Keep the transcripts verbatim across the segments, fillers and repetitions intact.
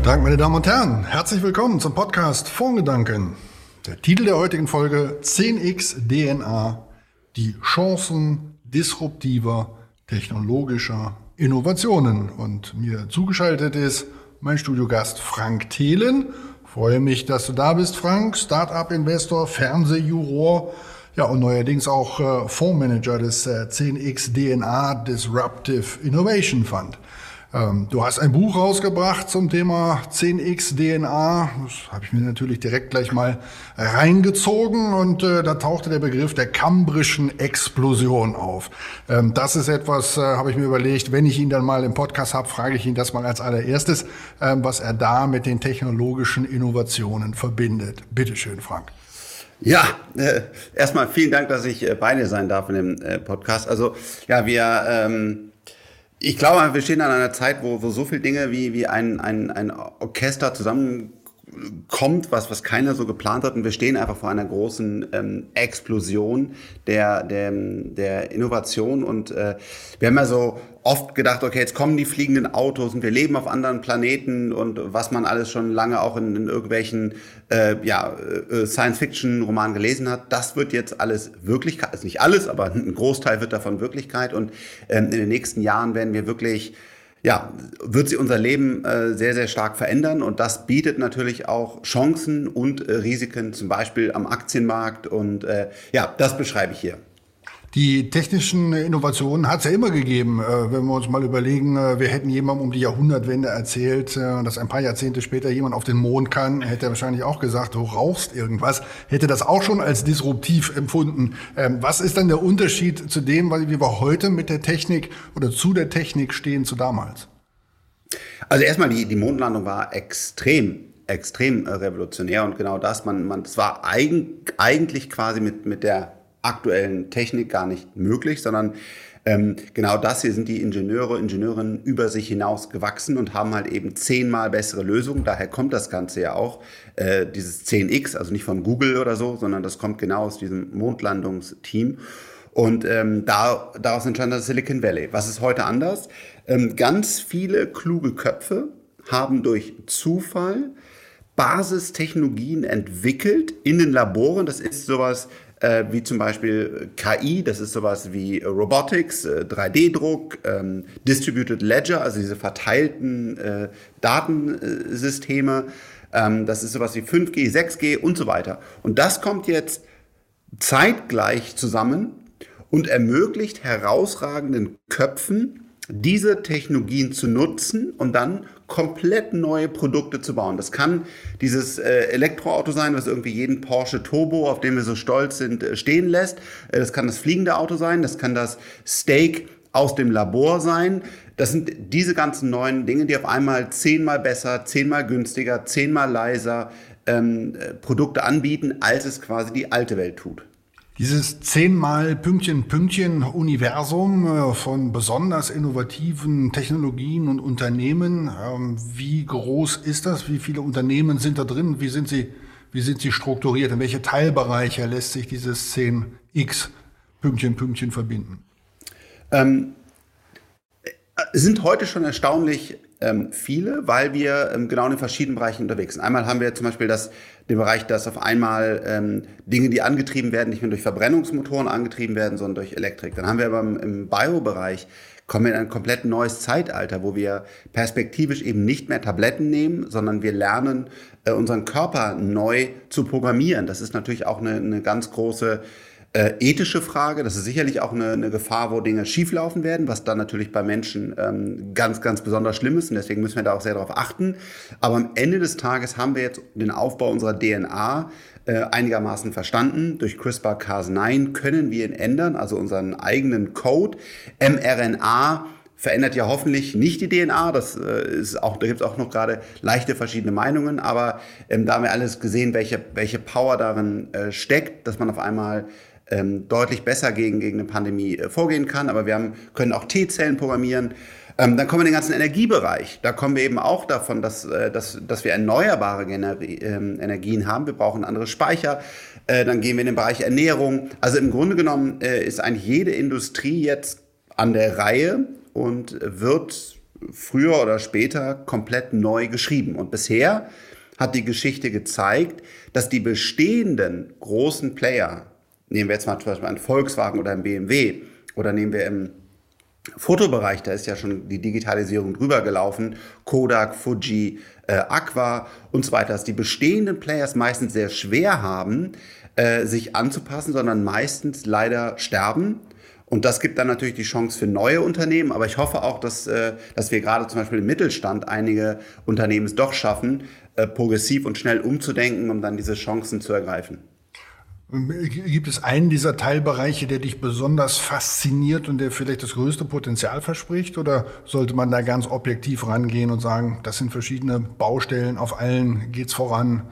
Dank, meine Damen und Herren. Herzlich willkommen zum Podcast Fondsgedanken. Der Titel der heutigen Folge: zehn x D N A, die Chancen disruptiver technologischer Innovationen. Und mir zugeschaltet ist mein Studiogast Frank Thelen. Freue mich, dass du da bist, Frank. Start-up-Investor, Fernsehjuror, ja, und neuerdings auch äh, Fondsmanager des äh, zehn x D N A Disruptive Innovation Fund. Ähm, du hast ein Buch rausgebracht zum Thema zehn x D N A. Das habe ich mir natürlich direkt gleich mal reingezogen und äh, da tauchte der Begriff der kambrischen Explosion auf. Ähm, das ist etwas, äh, habe ich mir überlegt, wenn ich ihn dann mal im Podcast habe, frage ich ihn das mal als allererstes, äh, was er da mit den technologischen Innovationen verbindet. Bitte schön, Frank. Ja, äh, erstmal vielen Dank, dass ich äh, bei dir sein darf in dem äh, Podcast. Also ja, wir... Ähm Ich glaube, wir stehen an einer Zeit, wo, wo so viele Dinge wie, wie ein, ein, ein Orchester zusammenkommt, was, was keiner so geplant hat. Und wir stehen einfach vor einer großen ähm, Explosion der, der, der Innovation. Und äh, wir haben ja so oft gedacht, okay, jetzt kommen die fliegenden Autos und wir leben auf anderen Planeten und was man alles schon lange auch in, in irgendwelchen äh, ja, äh, Science-Fiction-Romanen gelesen hat, das wird jetzt alles Wirklichkeit. Also nicht alles, aber ein Großteil wird davon Wirklichkeit. Und ähm, in den nächsten Jahren werden wir wirklich, ja, wird sie unser Leben äh, sehr, sehr stark verändern. Und das bietet natürlich auch Chancen und äh, Risiken, zum Beispiel am Aktienmarkt. Und äh, ja, das beschreibe ich hier. Die technischen Innovationen hat es ja immer gegeben. Wenn wir uns mal überlegen, wir hätten jemandem um die Jahrhundertwende erzählt, dass ein paar Jahrzehnte später jemand auf den Mond kann, hätte er wahrscheinlich auch gesagt, du rauchst irgendwas. Hätte das auch schon als disruptiv empfunden. Was ist dann der Unterschied zu dem, wie wir heute mit der Technik oder zu der Technik stehen zu damals? Also erstmal, die, die Mondlandung war extrem extrem revolutionär und genau das, man, man, das war eigen, eigentlich quasi mit, mit der aktuellen Technik gar nicht möglich, sondern ähm, genau das hier sind die Ingenieure, Ingenieurinnen über sich hinaus gewachsen und haben halt eben zehnmal bessere Lösungen. Daher kommt das Ganze ja auch, äh, dieses zehn x, also nicht von Google oder so, sondern das kommt genau aus diesem Mondlandungsteam. Und ähm, da, daraus entstand das Silicon Valley. Was ist heute anders? Ähm, ganz viele kluge Köpfe haben durch Zufall Basistechnologien entwickelt in den Laboren. Das ist sowas äh, wie zum Beispiel K I, das ist sowas wie Robotics, äh, drei D Druck, ähm, Distributed Ledger, also diese verteilten äh, Datensysteme. Ähm, das ist sowas wie fünf G, sechs G und so weiter. Und das kommt jetzt zeitgleich zusammen und ermöglicht herausragenden Köpfen, diese Technologien zu nutzen und dann komplett neue Produkte zu bauen. Das kann dieses äh, Elektroauto sein, was irgendwie jeden Porsche Turbo, auf dem wir so stolz sind, äh, stehen lässt. Äh, das kann das fliegende Auto sein, das kann das Steak aus dem Labor sein. Das sind diese ganzen neuen Dinge, die auf einmal zehnmal besser, zehnmal günstiger, zehnmal leiser ähm, äh, Produkte anbieten, als es quasi die alte Welt tut. Dieses zehnmal Pünktchen, Pünktchen Universum von besonders innovativen Technologien und Unternehmen, wie groß ist das? Wie viele Unternehmen sind da drin? Wie sind sie, wie sind sie strukturiert? In welche Teilbereiche lässt sich dieses zehn x Pünktchen, Pünktchen verbinden? Ähm, es sind heute schon erstaunlich ähm, viele, weil wir ähm, genau in den verschiedenen Bereichen unterwegs sind. Einmal haben wir zum Beispiel das, den Bereich, dass auf einmal ähm, Dinge, die angetrieben werden, nicht mehr durch Verbrennungsmotoren angetrieben werden, sondern durch Elektrik. Dann haben wir aber im, im Bio-Bereich, kommen wir in ein komplett neues Zeitalter, wo wir perspektivisch eben nicht mehr Tabletten nehmen, sondern wir lernen, äh, unseren Körper neu zu programmieren. Das ist natürlich auch eine, eine ganz große Äh, ethische Frage. Das ist sicherlich auch eine, eine Gefahr, wo Dinge schieflaufen werden, was dann natürlich bei Menschen ähm, ganz, ganz besonders schlimm ist. Und deswegen müssen wir da auch sehr darauf achten. Aber am Ende des Tages haben wir jetzt den Aufbau unserer D N A äh, einigermaßen verstanden. Durch CRISPR Cas neun können wir ihn ändern, also unseren eigenen Code. mRNA verändert ja hoffentlich nicht die D N A. Das äh, ist auch, da gibt es auch noch gerade leichte verschiedene Meinungen. Aber ähm, da haben wir alles gesehen, welche, welche Power darin äh, steckt, dass man auf einmal Ähm, deutlich besser gegen, gegen eine Pandemie äh, vorgehen kann. Aber wir haben, können auch T-Zellen programmieren. Ähm, dann kommen wir in den ganzen Energiebereich. Da kommen wir eben auch davon, dass, äh, dass, dass wir erneuerbare Generi- äh, Energien haben. Wir brauchen andere Speicher. Äh, dann gehen wir in den Bereich Ernährung. Also im Grunde genommen äh, ist eigentlich jede Industrie jetzt an der Reihe und wird früher oder später komplett neu geschrieben. Und bisher hat die Geschichte gezeigt, dass die bestehenden großen Player, nehmen wir jetzt mal zum Beispiel einen Volkswagen oder einen B M W oder nehmen wir im Fotobereich, da ist ja schon die Digitalisierung drüber gelaufen, Kodak, Fuji, äh, Aqua und so weiter, dass die bestehenden Players meistens sehr schwer haben, äh, sich anzupassen, sondern meistens leider sterben. Und das gibt dann natürlich die Chance für neue Unternehmen. Aber ich hoffe auch, dass, äh, dass wir gerade zum Beispiel im Mittelstand einige Unternehmen es doch schaffen, äh, progressiv und schnell umzudenken, um dann diese Chancen zu ergreifen. Gibt es einen dieser Teilbereiche, der dich besonders fasziniert und der vielleicht das größte Potenzial verspricht? Oder sollte man da ganz objektiv rangehen und sagen, das sind verschiedene Baustellen, auf allen geht's voran?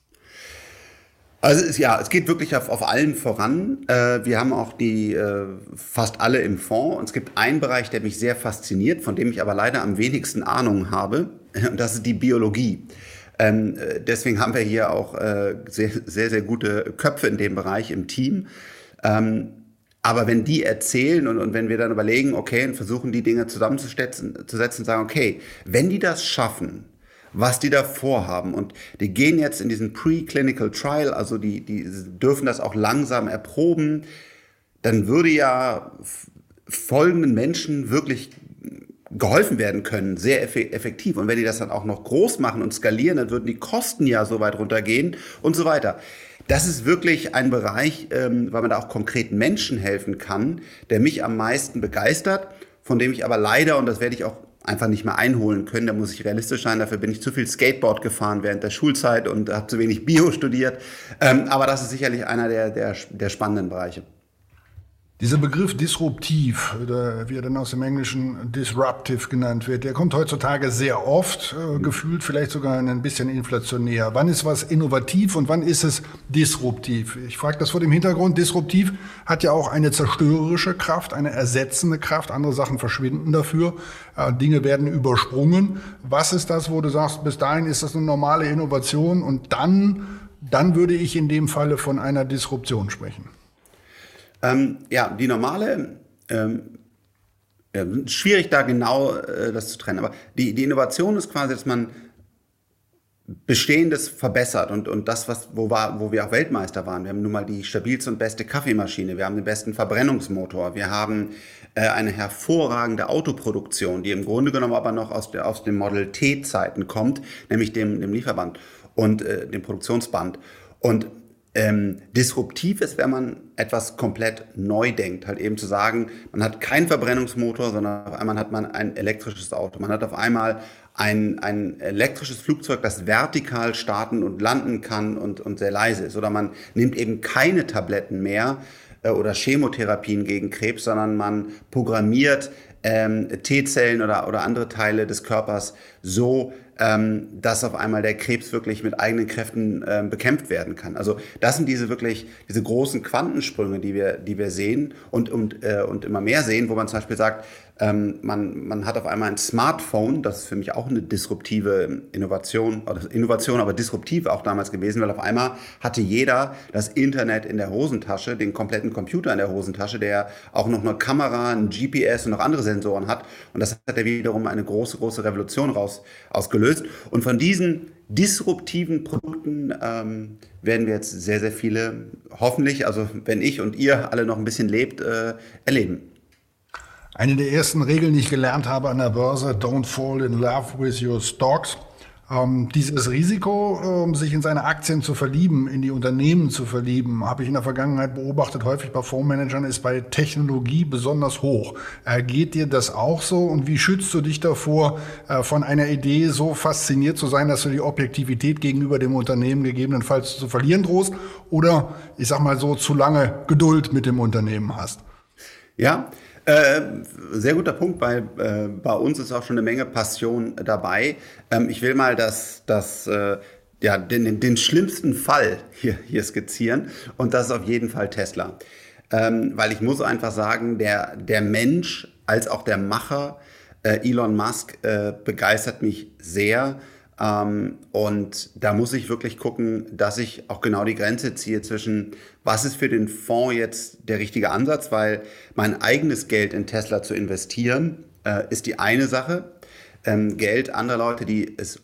Also es, ja, es geht wirklich auf, auf allen voran. Äh, wir haben auch die äh, fast alle im Fonds. Und es gibt einen Bereich, der mich sehr fasziniert, von dem ich aber leider am wenigsten Ahnung habe. Und das ist die Biologie. Ähm, deswegen haben wir hier auch äh, sehr, sehr, sehr gute Köpfe in dem Bereich im Team. Ähm, aber wenn die erzählen und, und wenn wir dann überlegen, okay, und versuchen die Dinge zusammenzusetzen, zu setzen, sagen, okay, wenn die das schaffen, was die da vorhaben und die gehen jetzt in diesen Preclinical Trial, also die, die dürfen das auch langsam erproben, dann würde ja folgenden Menschen wirklich geholfen werden können, sehr effektiv. Und wenn die das dann auch noch groß machen und skalieren, dann würden die Kosten ja so weit runtergehen und so weiter. Das ist wirklich ein Bereich, ähm, weil man da auch konkret Menschen helfen kann, der mich am meisten begeistert, von dem ich aber leider, und das werde ich auch einfach nicht mehr einholen können, da muss ich realistisch sein, dafür bin ich zu viel Skateboard gefahren während der Schulzeit und habe zu wenig Bio studiert. Ähm, aber das ist sicherlich einer der, der, der spannenden Bereiche. Dieser Begriff disruptiv, oder wie er dann aus dem Englischen disruptive genannt wird, der kommt heutzutage sehr oft, äh, gefühlt vielleicht sogar ein bisschen inflationär. Wann ist was innovativ und wann ist es disruptiv? Ich frage das vor dem Hintergrund, disruptiv hat ja auch eine zerstörerische Kraft, eine ersetzende Kraft, andere Sachen verschwinden dafür, äh, Dinge werden übersprungen. Was ist das, wo du sagst, bis dahin ist das eine normale Innovation und dann, dann würde ich in dem Falle von einer Disruption sprechen? Ähm, ja, die normale, ähm, ja, schwierig da genau äh, das zu trennen, aber die, die Innovation ist quasi, dass man Bestehendes verbessert und, und das, was, wo, war, wo wir auch Weltmeister waren. Wir haben nun mal die stabilste und beste Kaffeemaschine, wir haben den besten Verbrennungsmotor, wir haben äh, eine hervorragende Autoproduktion, die im Grunde genommen aber noch aus, der, aus den Model T-Zeiten kommt, nämlich dem, dem Lieferband und äh, dem Produktionsband. Und Ähm, disruptiv ist, wenn man etwas komplett neu denkt. Halt eben zu sagen, man hat keinen Verbrennungsmotor, sondern auf einmal hat man ein elektrisches Auto. Man hat auf einmal ein, ein elektrisches Flugzeug, das vertikal starten und landen kann und, und sehr leise ist. Oder man nimmt eben keine Tabletten mehr äh, oder Chemotherapien gegen Krebs, sondern man programmiert ähm, T-Zellen oder, oder andere Teile des Körpers so, ähm, dass auf einmal der Krebs wirklich mit eigenen Kräften ähm, bekämpft werden kann. Also das sind diese wirklich diese großen Quantensprünge, die wir, die wir sehen und, und, äh, und immer mehr sehen, wo man zum Beispiel sagt, ähm, man, man hat auf einmal ein Smartphone, das ist für mich auch eine disruptive Innovation, oder Innovation, aber disruptiv auch damals gewesen, weil auf einmal hatte jeder das Internet in der Hosentasche, den kompletten Computer in der Hosentasche, der auch noch eine Kamera, ein G P S und noch andere Sensoren hat. Und das hat ja wiederum eine große, große Revolution raus, ausgelöst. Und von diesen disruptiven Produkten ähm, werden wir jetzt sehr, sehr viele, hoffentlich, also wenn ich und ihr alle noch ein bisschen lebt, äh, erleben. Eine der ersten Regeln, die ich gelernt habe an der Börse, don't fall in love with your stocks. Ähm, dieses Risiko, ähm, sich in seine Aktien zu verlieben, in die Unternehmen zu verlieben, habe ich in der Vergangenheit beobachtet, häufig bei Fondsmanagern, ist bei Technologie besonders hoch. Äh, geht dir das auch so? Und wie schützt du dich davor, äh, von einer Idee so fasziniert zu sein, dass du die Objektivität gegenüber dem Unternehmen gegebenenfalls zu verlieren drohst? Oder, ich sag mal so, zu lange Geduld mit dem Unternehmen hast? Ja, Äh, sehr guter Punkt, weil äh, bei uns ist auch schon eine Menge Passion dabei. Ähm, ich will mal das, das, äh, ja, den, den schlimmsten Fall hier, hier skizzieren und das ist auf jeden Fall Tesla. Ähm, weil ich muss einfach sagen, der, der Mensch als auch der Macher äh, Elon Musk äh, begeistert mich sehr. Ähm, und da muss ich wirklich gucken, dass ich auch genau die Grenze ziehe zwischen, was ist für den Fonds jetzt der richtige Ansatz, weil mein eigenes Geld in Tesla zu investieren, äh, ist die eine Sache. ähm, Geld anderer Leute, die es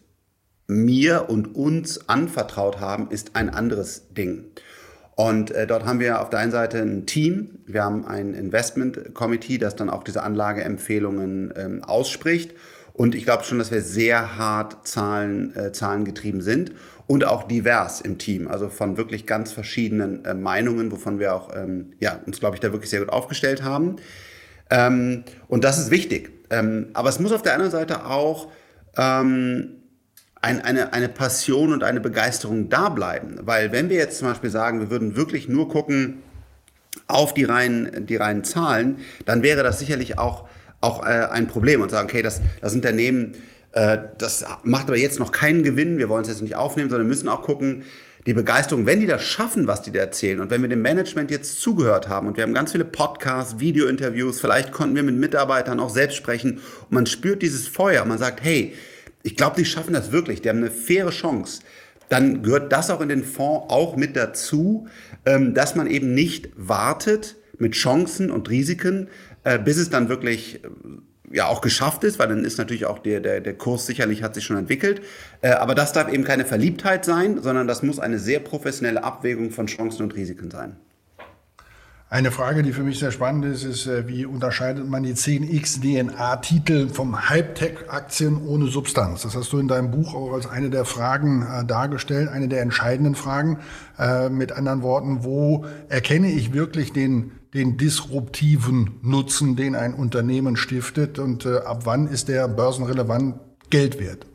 mir und uns anvertraut haben, ist ein anderes Ding. Und äh, dort haben wir auf der einen Seite ein Team, wir haben ein Investment Committee, das dann auch diese Anlageempfehlungen ähm, ausspricht. Und ich glaube schon, dass wir sehr hart Zahlen, äh, zahlengetrieben sind und auch divers im Team, also von wirklich ganz verschiedenen äh, Meinungen, wovon wir auch ähm, ja, uns, glaube ich, da wirklich sehr gut aufgestellt haben. Ähm, und das ist wichtig. Ähm, aber es muss auf der anderen Seite auch ähm, ein, eine, eine Passion und eine Begeisterung da bleiben. Weil wenn wir jetzt zum Beispiel sagen, wir würden wirklich nur gucken auf die reinen, die reinen Zahlen, dann wäre das sicherlich auch, auch äh, ein Problem und sagen, okay, das, das Unternehmen, äh, das macht aber jetzt noch keinen Gewinn, wir wollen es jetzt nicht aufnehmen, sondern müssen auch gucken, die Begeisterung, wenn die das schaffen, was die da erzählen und wenn wir dem Management jetzt zugehört haben und wir haben ganz viele Podcasts, Video-Interviews, vielleicht konnten wir mit Mitarbeitern auch selbst sprechen und man spürt dieses Feuer und man sagt, hey, ich glaube, die schaffen das wirklich, die haben eine faire Chance. Dann gehört das auch in den Fonds auch mit dazu, dass man eben nicht wartet mit Chancen und Risiken, bis es dann wirklich ja auch geschafft ist, weil dann ist natürlich auch der, der, der Kurs sicherlich hat sich schon entwickelt. Aber das darf eben keine Verliebtheit sein, sondern das muss eine sehr professionelle Abwägung von Chancen und Risiken sein. Eine Frage, die für mich sehr spannend ist, ist, wie unterscheidet man die zehn X D N A-Titel vom Hype-Tech-Aktien ohne Substanz? Das hast du in deinem Buch auch als eine der Fragen äh, dargestellt, eine der entscheidenden Fragen. Äh, mit anderen Worten, wo erkenne ich wirklich den, den disruptiven Nutzen, den ein Unternehmen stiftet und äh, ab wann ist der börsenrelevant Geld wert?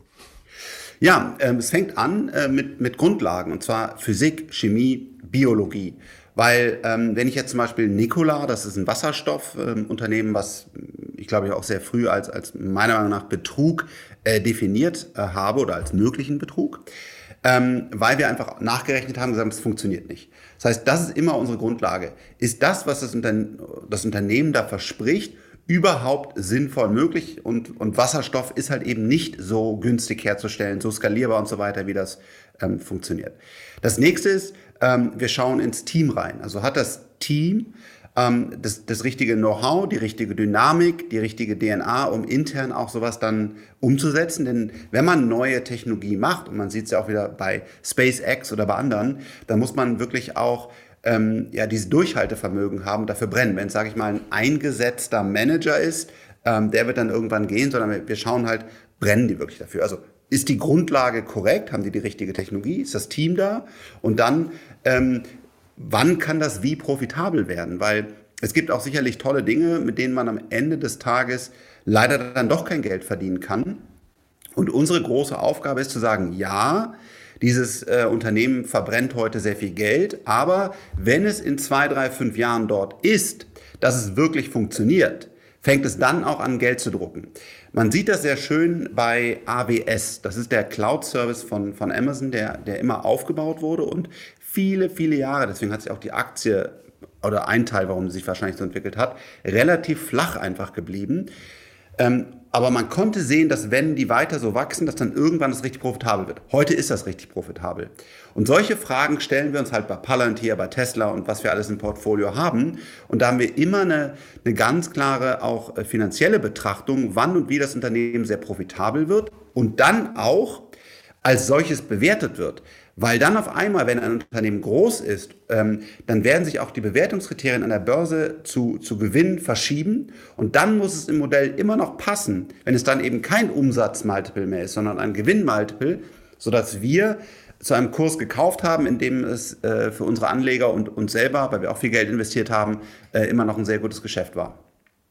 Ja, äh, es fängt an äh, mit, mit Grundlagen, und zwar Physik, Chemie, Biologie. Weil ähm, wenn ich jetzt zum Beispiel Nikola, das ist ein Wasserstoffunternehmen, ähm, was ich glaube ich auch sehr früh als, als meiner Meinung nach Betrug äh, definiert äh, habe oder als möglichen Betrug, ähm, weil wir einfach nachgerechnet haben und gesagt, es funktioniert nicht. Das heißt, das ist immer unsere Grundlage. Ist das, was das, Unter- das Unternehmen da verspricht, überhaupt sinnvoll möglich? Und, und Wasserstoff ist halt eben nicht so günstig herzustellen, so skalierbar und so weiter, wie das ähm, funktioniert. Das nächste ist, ähm, wir schauen ins Team rein. Also hat das Team ähm, das, das richtige Know-how, die richtige Dynamik, die richtige D N A, um intern auch sowas dann umzusetzen. Denn wenn man neue Technologie macht, und man sieht es ja auch wieder bei SpaceX oder bei anderen, dann muss man wirklich auch ähm, ja, dieses Durchhaltevermögen haben, dafür brennen. Wenn es, sage ich mal, ein eingesetzter Manager ist, ähm, der wird dann irgendwann gehen, sondern wir, wir schauen halt, brennen die wirklich dafür. Also ist die Grundlage korrekt? Haben die die richtige Technologie? Ist das Team da? Und dann, ähm, wann kann das wie profitabel werden? Weil es gibt auch sicherlich tolle Dinge, mit denen man am Ende des Tages leider dann doch kein Geld verdienen kann. Und unsere große Aufgabe ist zu sagen, ja, dieses äh, Unternehmen verbrennt heute sehr viel Geld, aber wenn es in zwei, drei, fünf Jahren dort ist, dass es wirklich funktioniert, fängt es dann auch an, Geld zu drucken. Man sieht das sehr schön bei A W S. Das ist der Cloud-Service von, von Amazon, der, der immer aufgebaut wurde und viele, viele Jahre, deswegen hat sich auch die Aktie oder ein Teil, warum sie sich wahrscheinlich so entwickelt hat, relativ flach einfach geblieben. Ähm, aber man konnte sehen, dass wenn die weiter so wachsen, dass dann irgendwann es richtig profitabel wird. Heute ist das richtig profitabel. Und solche Fragen stellen wir uns halt bei Palantir, bei Tesla und was wir alles im Portfolio haben. Und da haben wir immer eine, eine ganz klare auch finanzielle Betrachtung, wann und wie das Unternehmen sehr profitabel wird und dann auch als solches bewertet wird. Weil dann auf einmal, wenn ein Unternehmen groß ist, ähm, dann werden sich auch die Bewertungskriterien an der Börse zu, zu Gewinn verschieben. Und dann muss es im Modell immer noch passen, wenn es dann eben kein Umsatzmultiple mehr ist, sondern ein Gewinnmultiple, sodass wir zu einem Kurs gekauft haben, in dem es äh, für unsere Anleger und uns selber, weil wir auch viel Geld investiert haben, äh, immer noch ein sehr gutes Geschäft war.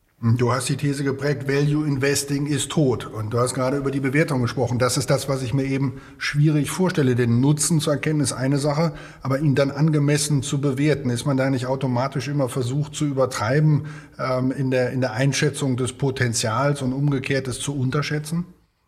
Du hast die These geprägt, Value Investing ist tot. Und du hast gerade über die Bewertung gesprochen. Das ist das, was ich mir eben schwierig vorstelle. Den Nutzen zu erkennen ist eine Sache, aber ihn dann angemessen zu bewerten. Ist man da nicht automatisch immer versucht zu übertreiben ähm, in der, in der Einschätzung des Potenzials und umgekehrt es zu unterschätzen?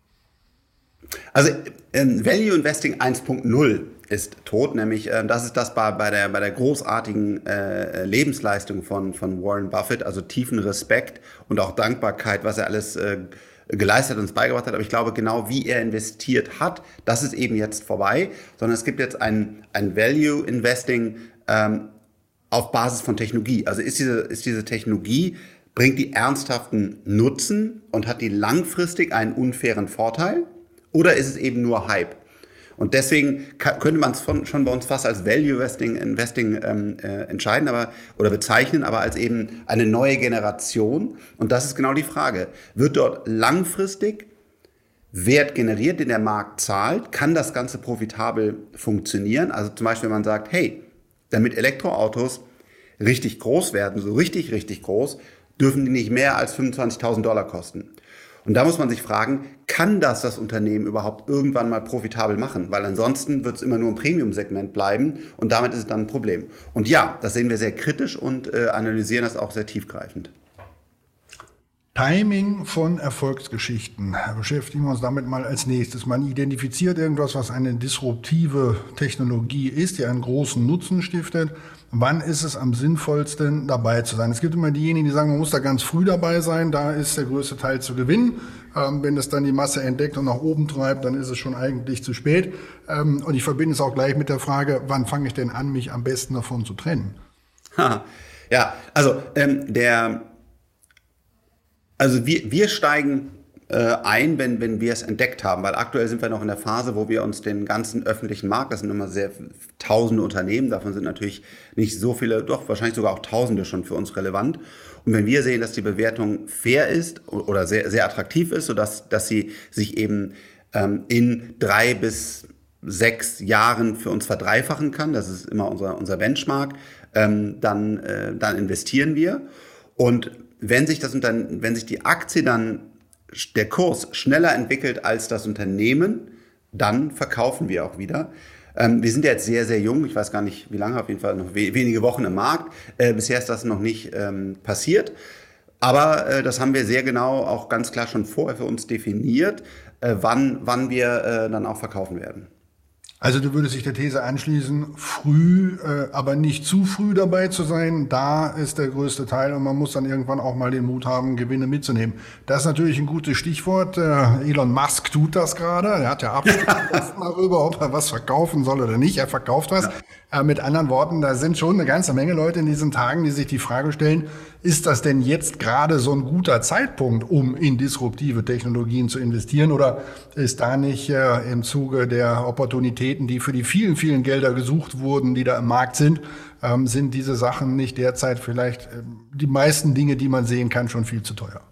Also ähm, Value Investing eins Punkt null ist tot, nämlich äh, das ist das bei, bei, der, bei der großartigen äh, Lebensleistung von, von Warren Buffett, also tiefen Respekt und auch Dankbarkeit, was er alles äh, geleistet und uns beigebracht hat. Aber ich glaube, genau wie er investiert hat, das ist eben jetzt vorbei, sondern es gibt jetzt ein, ein Value Investing ähm, auf Basis von Technologie. Also ist diese, ist diese Technologie bringt die ernsthaften Nutzen und hat die langfristig einen unfairen Vorteil? Oder ist es eben nur Hype? Und deswegen könnte man es schon bei uns fast als Value Investing, Investing ähm, äh, entscheiden aber, oder bezeichnen, aber als eben eine neue Generation. Und das ist genau die Frage. Wird dort langfristig Wert generiert, den der Markt zahlt? Kann das Ganze profitabel funktionieren? Also zum Beispiel, wenn man sagt, hey, damit Elektroautos richtig groß werden, so richtig, richtig groß, dürfen die nicht mehr als fünfundzwanzigtausend Dollar kosten. Und da muss man sich fragen, kann das das Unternehmen überhaupt irgendwann mal profitabel machen? Weil ansonsten wird es immer nur im Premium-Segment bleiben und damit ist es dann ein Problem. Und ja, das sehen wir sehr kritisch und äh, analysieren das auch sehr tiefgreifend. Timing von Erfolgsgeschichten. Beschäftigen wir uns damit mal als nächstes. Man identifiziert irgendwas, was eine disruptive Technologie ist, die einen großen Nutzen stiftet. Wann ist es am sinnvollsten, dabei zu sein? Es gibt immer diejenigen, die sagen, man muss da ganz früh dabei sein, da ist der größte Teil zu gewinnen. Ähm, wenn es dann die Masse entdeckt und nach oben treibt, dann ist es schon eigentlich zu spät. Ähm, und ich verbinde es auch gleich mit der Frage, wann fange ich denn an, mich am besten davon zu trennen? Ja, also ähm, der... Also wir, wir steigen äh, ein, wenn, wenn wir es entdeckt haben, weil aktuell sind wir noch in der Phase, wo wir uns den ganzen öffentlichen Markt, das sind immer sehr tausende Unternehmen, davon sind natürlich nicht so viele, doch wahrscheinlich sogar auch tausende schon für uns relevant. Und wenn wir sehen, dass die Bewertung fair ist oder sehr, sehr attraktiv ist, sodass dass sie sich eben ähm, in drei bis sechs Jahren für uns verdreifachen kann, das ist immer unser, unser Benchmark, ähm, dann, äh, dann investieren wir. Und Wenn sich, das Unterne- wenn sich die Aktie dann, der Kurs schneller entwickelt als das Unternehmen, dann verkaufen wir auch wieder. Ähm, wir sind ja jetzt sehr, sehr jung, ich weiß gar nicht wie lange, auf jeden Fall noch we- wenige Wochen im Markt. Äh, bisher ist das noch nicht ähm, passiert. Aber äh, das haben wir sehr genau auch ganz klar schon vorher für uns definiert, äh, wann, wann wir äh, dann auch verkaufen werden. Also du würdest dich der These anschließen, früh, äh, aber nicht zu früh dabei zu sein, da ist der größte Teil und man muss dann irgendwann auch mal den Mut haben, Gewinne mitzunehmen. Das ist natürlich ein gutes Stichwort. Äh, Elon Musk tut das gerade. Er hat ja Abstand darüber, ob er was verkaufen soll oder nicht. Er verkauft was. Ja. Äh, mit anderen Worten, da sind schon eine ganze Menge Leute in diesen Tagen, die sich die Frage stellen, ist das denn jetzt gerade so ein guter Zeitpunkt, um in disruptive Technologien zu investieren oder ist da nicht äh, im Zuge der Opportunitäten, die für die vielen, vielen Gelder gesucht wurden, die da im Markt sind, ähm, sind diese Sachen nicht derzeit vielleicht äh, die meisten Dinge, die man sehen kann, schon viel zu teuer?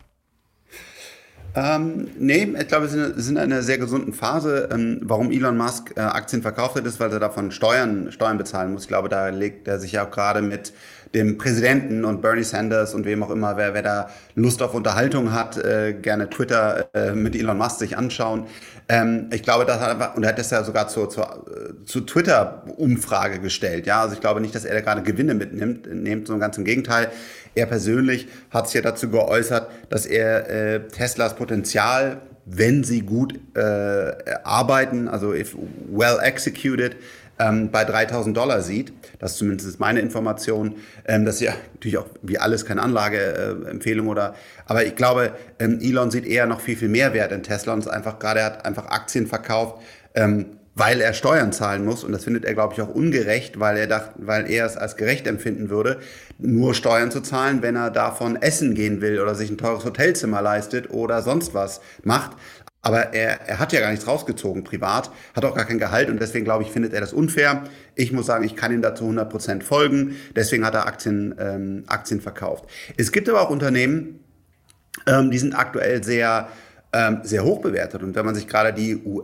Ähm, nee, ich glaube, wir sind, sind in einer sehr gesunden Phase. Ähm, warum Elon Musk äh, Aktien verkauft hat, ist, weil er davon Steuern, Steuern bezahlen muss. Ich glaube, da legt er sich ja auch gerade mit dem Präsidenten und Bernie Sanders und wem auch immer, wer, wer da Lust auf Unterhaltung hat, äh, gerne Twitter äh, mit Elon Musk sich anschauen. Ähm, ich glaube, das hat einfach, und er hat das ja sogar zur, zur, zur Twitter-Umfrage gestellt. Ja, also ich glaube nicht, dass er da gerade Gewinne mitnimmt, nimmt, sondern ganz im Gegenteil. Er persönlich hat sich ja dazu geäußert, dass er äh, Teslas Potenzial, wenn sie gut äh, arbeiten, also if well executed, ähm, bei dreitausend Dollar sieht. Das ist zumindest meine Information. Ähm, das ist ja natürlich auch wie alles keine Anlageempfehlung äh, oder, aber ich glaube, ähm, Elon sieht eher noch viel, viel mehr Wert in Tesla und ist einfach gerade, er hat einfach Aktien verkauft, ähm, weil er Steuern zahlen muss. Und das findet er, glaube ich, auch ungerecht, weil er dacht, weil er es als gerecht empfinden würde, nur Steuern zu zahlen, wenn er davon essen gehen will oder sich ein teures Hotelzimmer leistet oder sonst was macht. Aber er, er hat ja gar nichts rausgezogen privat, hat auch gar kein Gehalt und deswegen, glaube ich, findet er das unfair. Ich muss sagen, ich kann ihm dazu hundert Prozent folgen. Deswegen hat er Aktien, ähm, Aktien verkauft. Es gibt aber auch Unternehmen, ähm, die sind aktuell sehr, ähm, sehr hoch bewertet. Und wenn man sich gerade die U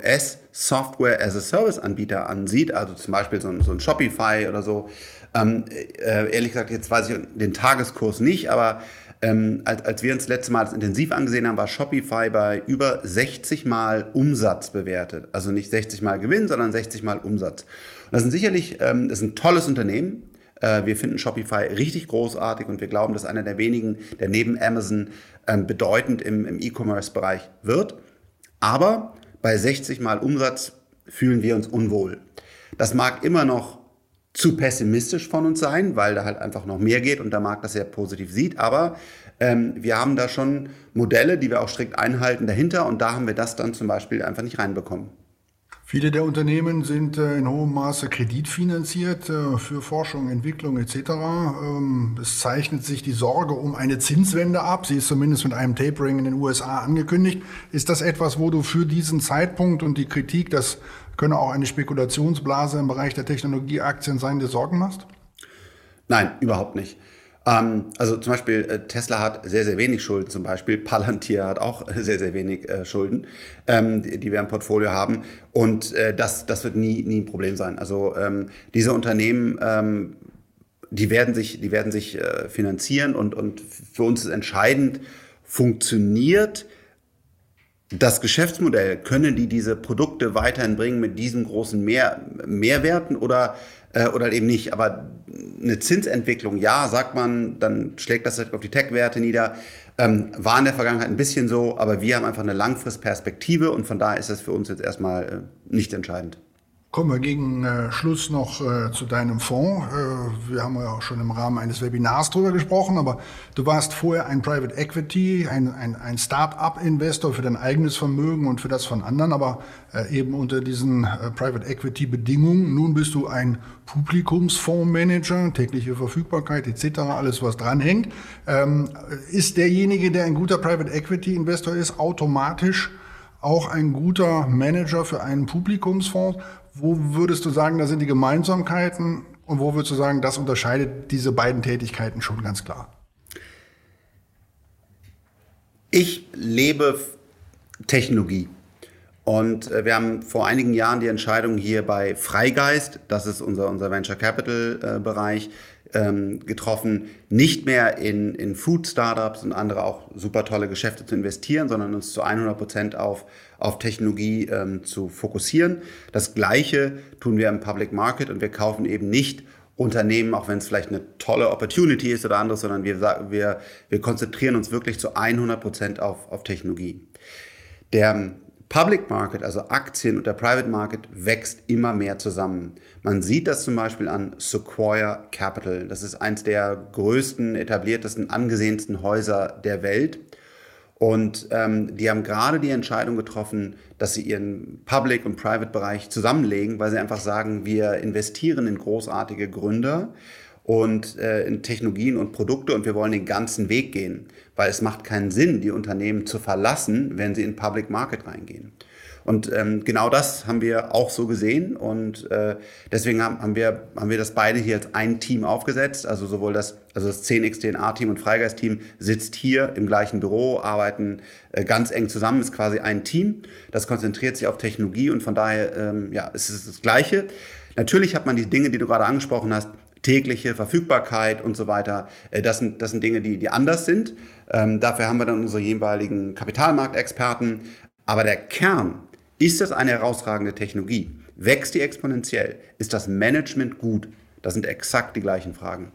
S-Software-as-a-Service-Anbieter ansieht, also zum Beispiel so ein, so ein Shopify oder so, ähm, äh, ehrlich gesagt, jetzt weiß ich den Tageskurs nicht, aber Ähm, als, als wir uns das letzte Mal das intensiv angesehen haben, war Shopify bei über sechzig Mal Umsatz bewertet. Also nicht sechzig Mal Gewinn, sondern sechzig Mal Umsatz. Und das sind sicherlich, ähm, das ist ein tolles Unternehmen. Äh, wir finden Shopify richtig großartig und wir glauben, dass einer der wenigen, der neben Amazon ähm, bedeutend im, im E-Commerce-Bereich wird. Aber bei sechzig Mal Umsatz fühlen wir uns unwohl. Das mag immer noch zu pessimistisch von uns sein, weil da halt einfach noch mehr geht und der Markt das sehr positiv sieht. Aber ähm, wir haben da schon Modelle, die wir auch strikt einhalten dahinter und da haben wir das dann zum Beispiel einfach nicht reinbekommen. Viele der Unternehmen sind äh, in hohem Maße kreditfinanziert äh, für Forschung, Entwicklung et cetera. Ähm, es zeichnet sich die Sorge um eine Zinswende ab. Sie ist zumindest mit einem Tapering in den U S A angekündigt. Ist das etwas, wo du für diesen Zeitpunkt und die Kritik, das könne auch eine Spekulationsblase im Bereich der Technologieaktien sein, dir Sorgen machst? Nein, überhaupt nicht. Ähm, also zum Beispiel äh, Tesla hat sehr, sehr wenig Schulden zum Beispiel. Palantir hat auch sehr, sehr wenig äh, Schulden, ähm, die, die wir im Portfolio haben. Und äh, das, das wird nie, nie ein Problem sein. Also ähm, diese Unternehmen, ähm, die werden sich, die werden sich äh, finanzieren und, und für uns ist entscheidend, funktioniert das Geschäftsmodell, können die diese Produkte weiterhin bringen mit diesen großen Mehr, Mehrwerten oder, äh, oder eben nicht. Aber eine Zinsentwicklung, ja, sagt man, dann schlägt das auf die Tech-Werte nieder. Ähm, war in der Vergangenheit ein bisschen so, aber wir haben einfach eine Langfristperspektive und von daher ist das für uns jetzt erstmal äh, nicht entscheidend. Kommen wir gegen äh, Schluss noch äh, zu deinem Fonds. Äh, wir haben ja auch schon im Rahmen eines Webinars drüber gesprochen, aber du warst vorher ein Private Equity, ein, ein, ein Start-up-Investor für dein eigenes Vermögen und für das von anderen, aber äh, eben unter diesen äh, Private Equity-Bedingungen. Nun bist du ein Publikumsfondsmanager, tägliche Verfügbarkeit et cetera, alles was dranhängt. Ähm, ist derjenige, der ein guter Private Equity-Investor ist, automatisch auch ein guter Manager für einen Publikumsfonds? Wo würdest du sagen, da sind die Gemeinsamkeiten und wo würdest du sagen, das unterscheidet diese beiden Tätigkeiten schon ganz klar? Ich lebe Technologie und wir haben vor einigen Jahren die Entscheidung hier bei Freigeist, das ist unser, unser Venture Capital Bereich, getroffen, nicht mehr in, in Food-Startups und andere auch super tolle Geschäfte zu investieren, sondern uns zu hundert Prozent auf, auf Technologie ähm, zu fokussieren. Das Gleiche tun wir im Public Market und wir kaufen eben nicht Unternehmen, auch wenn es vielleicht eine tolle Opportunity ist oder anderes, sondern wir, wir, wir konzentrieren uns wirklich zu hundert Prozent auf, auf Technologie. Der Public Market, also Aktien und der Private Market, wächst immer mehr zusammen. Man sieht das zum Beispiel an Sequoia Capital. Das ist eines der größten, etabliertesten, angesehensten Häuser der Welt. Und ähm, die haben gerade die Entscheidung getroffen, dass sie ihren Public- und Private-Bereich zusammenlegen, weil sie einfach sagen, wir investieren in großartige Gründer und äh, in Technologien und Produkte und wir wollen den ganzen Weg gehen, weil es macht keinen Sinn, die Unternehmen zu verlassen, wenn sie in Public Market reingehen. Und ähm, genau das haben wir auch so gesehen und äh, deswegen haben, haben, wir, haben wir das beide hier als ein Team aufgesetzt, also sowohl das, also das zehn X D N A-Team und Freigeist-Team sitzt hier im gleichen Büro, arbeiten äh, ganz eng zusammen, ist quasi ein Team, das konzentriert sich auf Technologie und von daher ähm, ja, ist es das Gleiche. Natürlich hat man die Dinge, die du gerade angesprochen hast, tägliche Verfügbarkeit und so weiter. Das sind, das sind Dinge, die, die anders sind. Ähm, dafür haben wir dann unsere jeweiligen Kapitalmarktexperten. Aber der Kern, ist das eine herausragende Technologie? Wächst die exponentiell? Ist das Management gut? Das sind exakt die gleichen Fragen.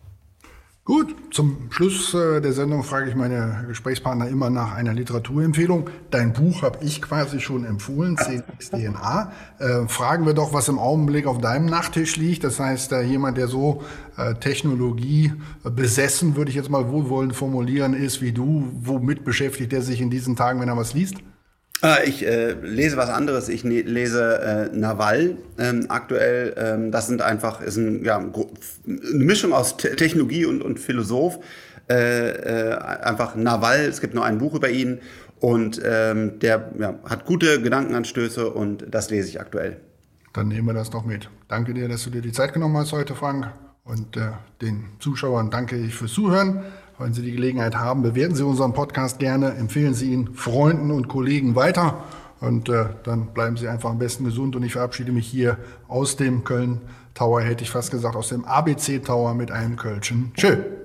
Gut, zum Schluss äh, der Sendung frage ich meine Gesprächspartner immer nach einer Literaturempfehlung. Dein Buch habe ich quasi schon empfohlen, zehn X D N A. Äh, fragen wir doch, was im Augenblick auf deinem Nachttisch liegt. Das heißt, äh, jemand, der so äh, Technologie besessen, würde ich jetzt mal wohlwollend formulieren, ist wie du. Womit beschäftigt er sich in diesen Tagen, wenn er was liest? Ich äh, lese was anderes. Ich ne- lese äh, Naval ähm, aktuell. Ähm, das sind einfach ist ein, ja, eine Mischung aus Te- Technologie und, und Philosoph. Äh, äh, einfach Naval. Es gibt nur ein Buch über ihn und ähm, der ja, hat gute Gedankenanstöße und das lese ich aktuell. Dann nehmen wir das doch mit. Danke dir, dass du dir die Zeit genommen hast heute, Frank. Und äh, den Zuschauern danke ich fürs Zuhören. Wenn Sie die Gelegenheit haben, bewerten Sie unseren Podcast gerne, empfehlen Sie ihn Freunden und Kollegen weiter und äh, dann bleiben Sie einfach am besten gesund und ich verabschiede mich hier aus dem Köln Tower, hätte ich fast gesagt, aus dem A B C Tower mit einem Kölschen. Tschö.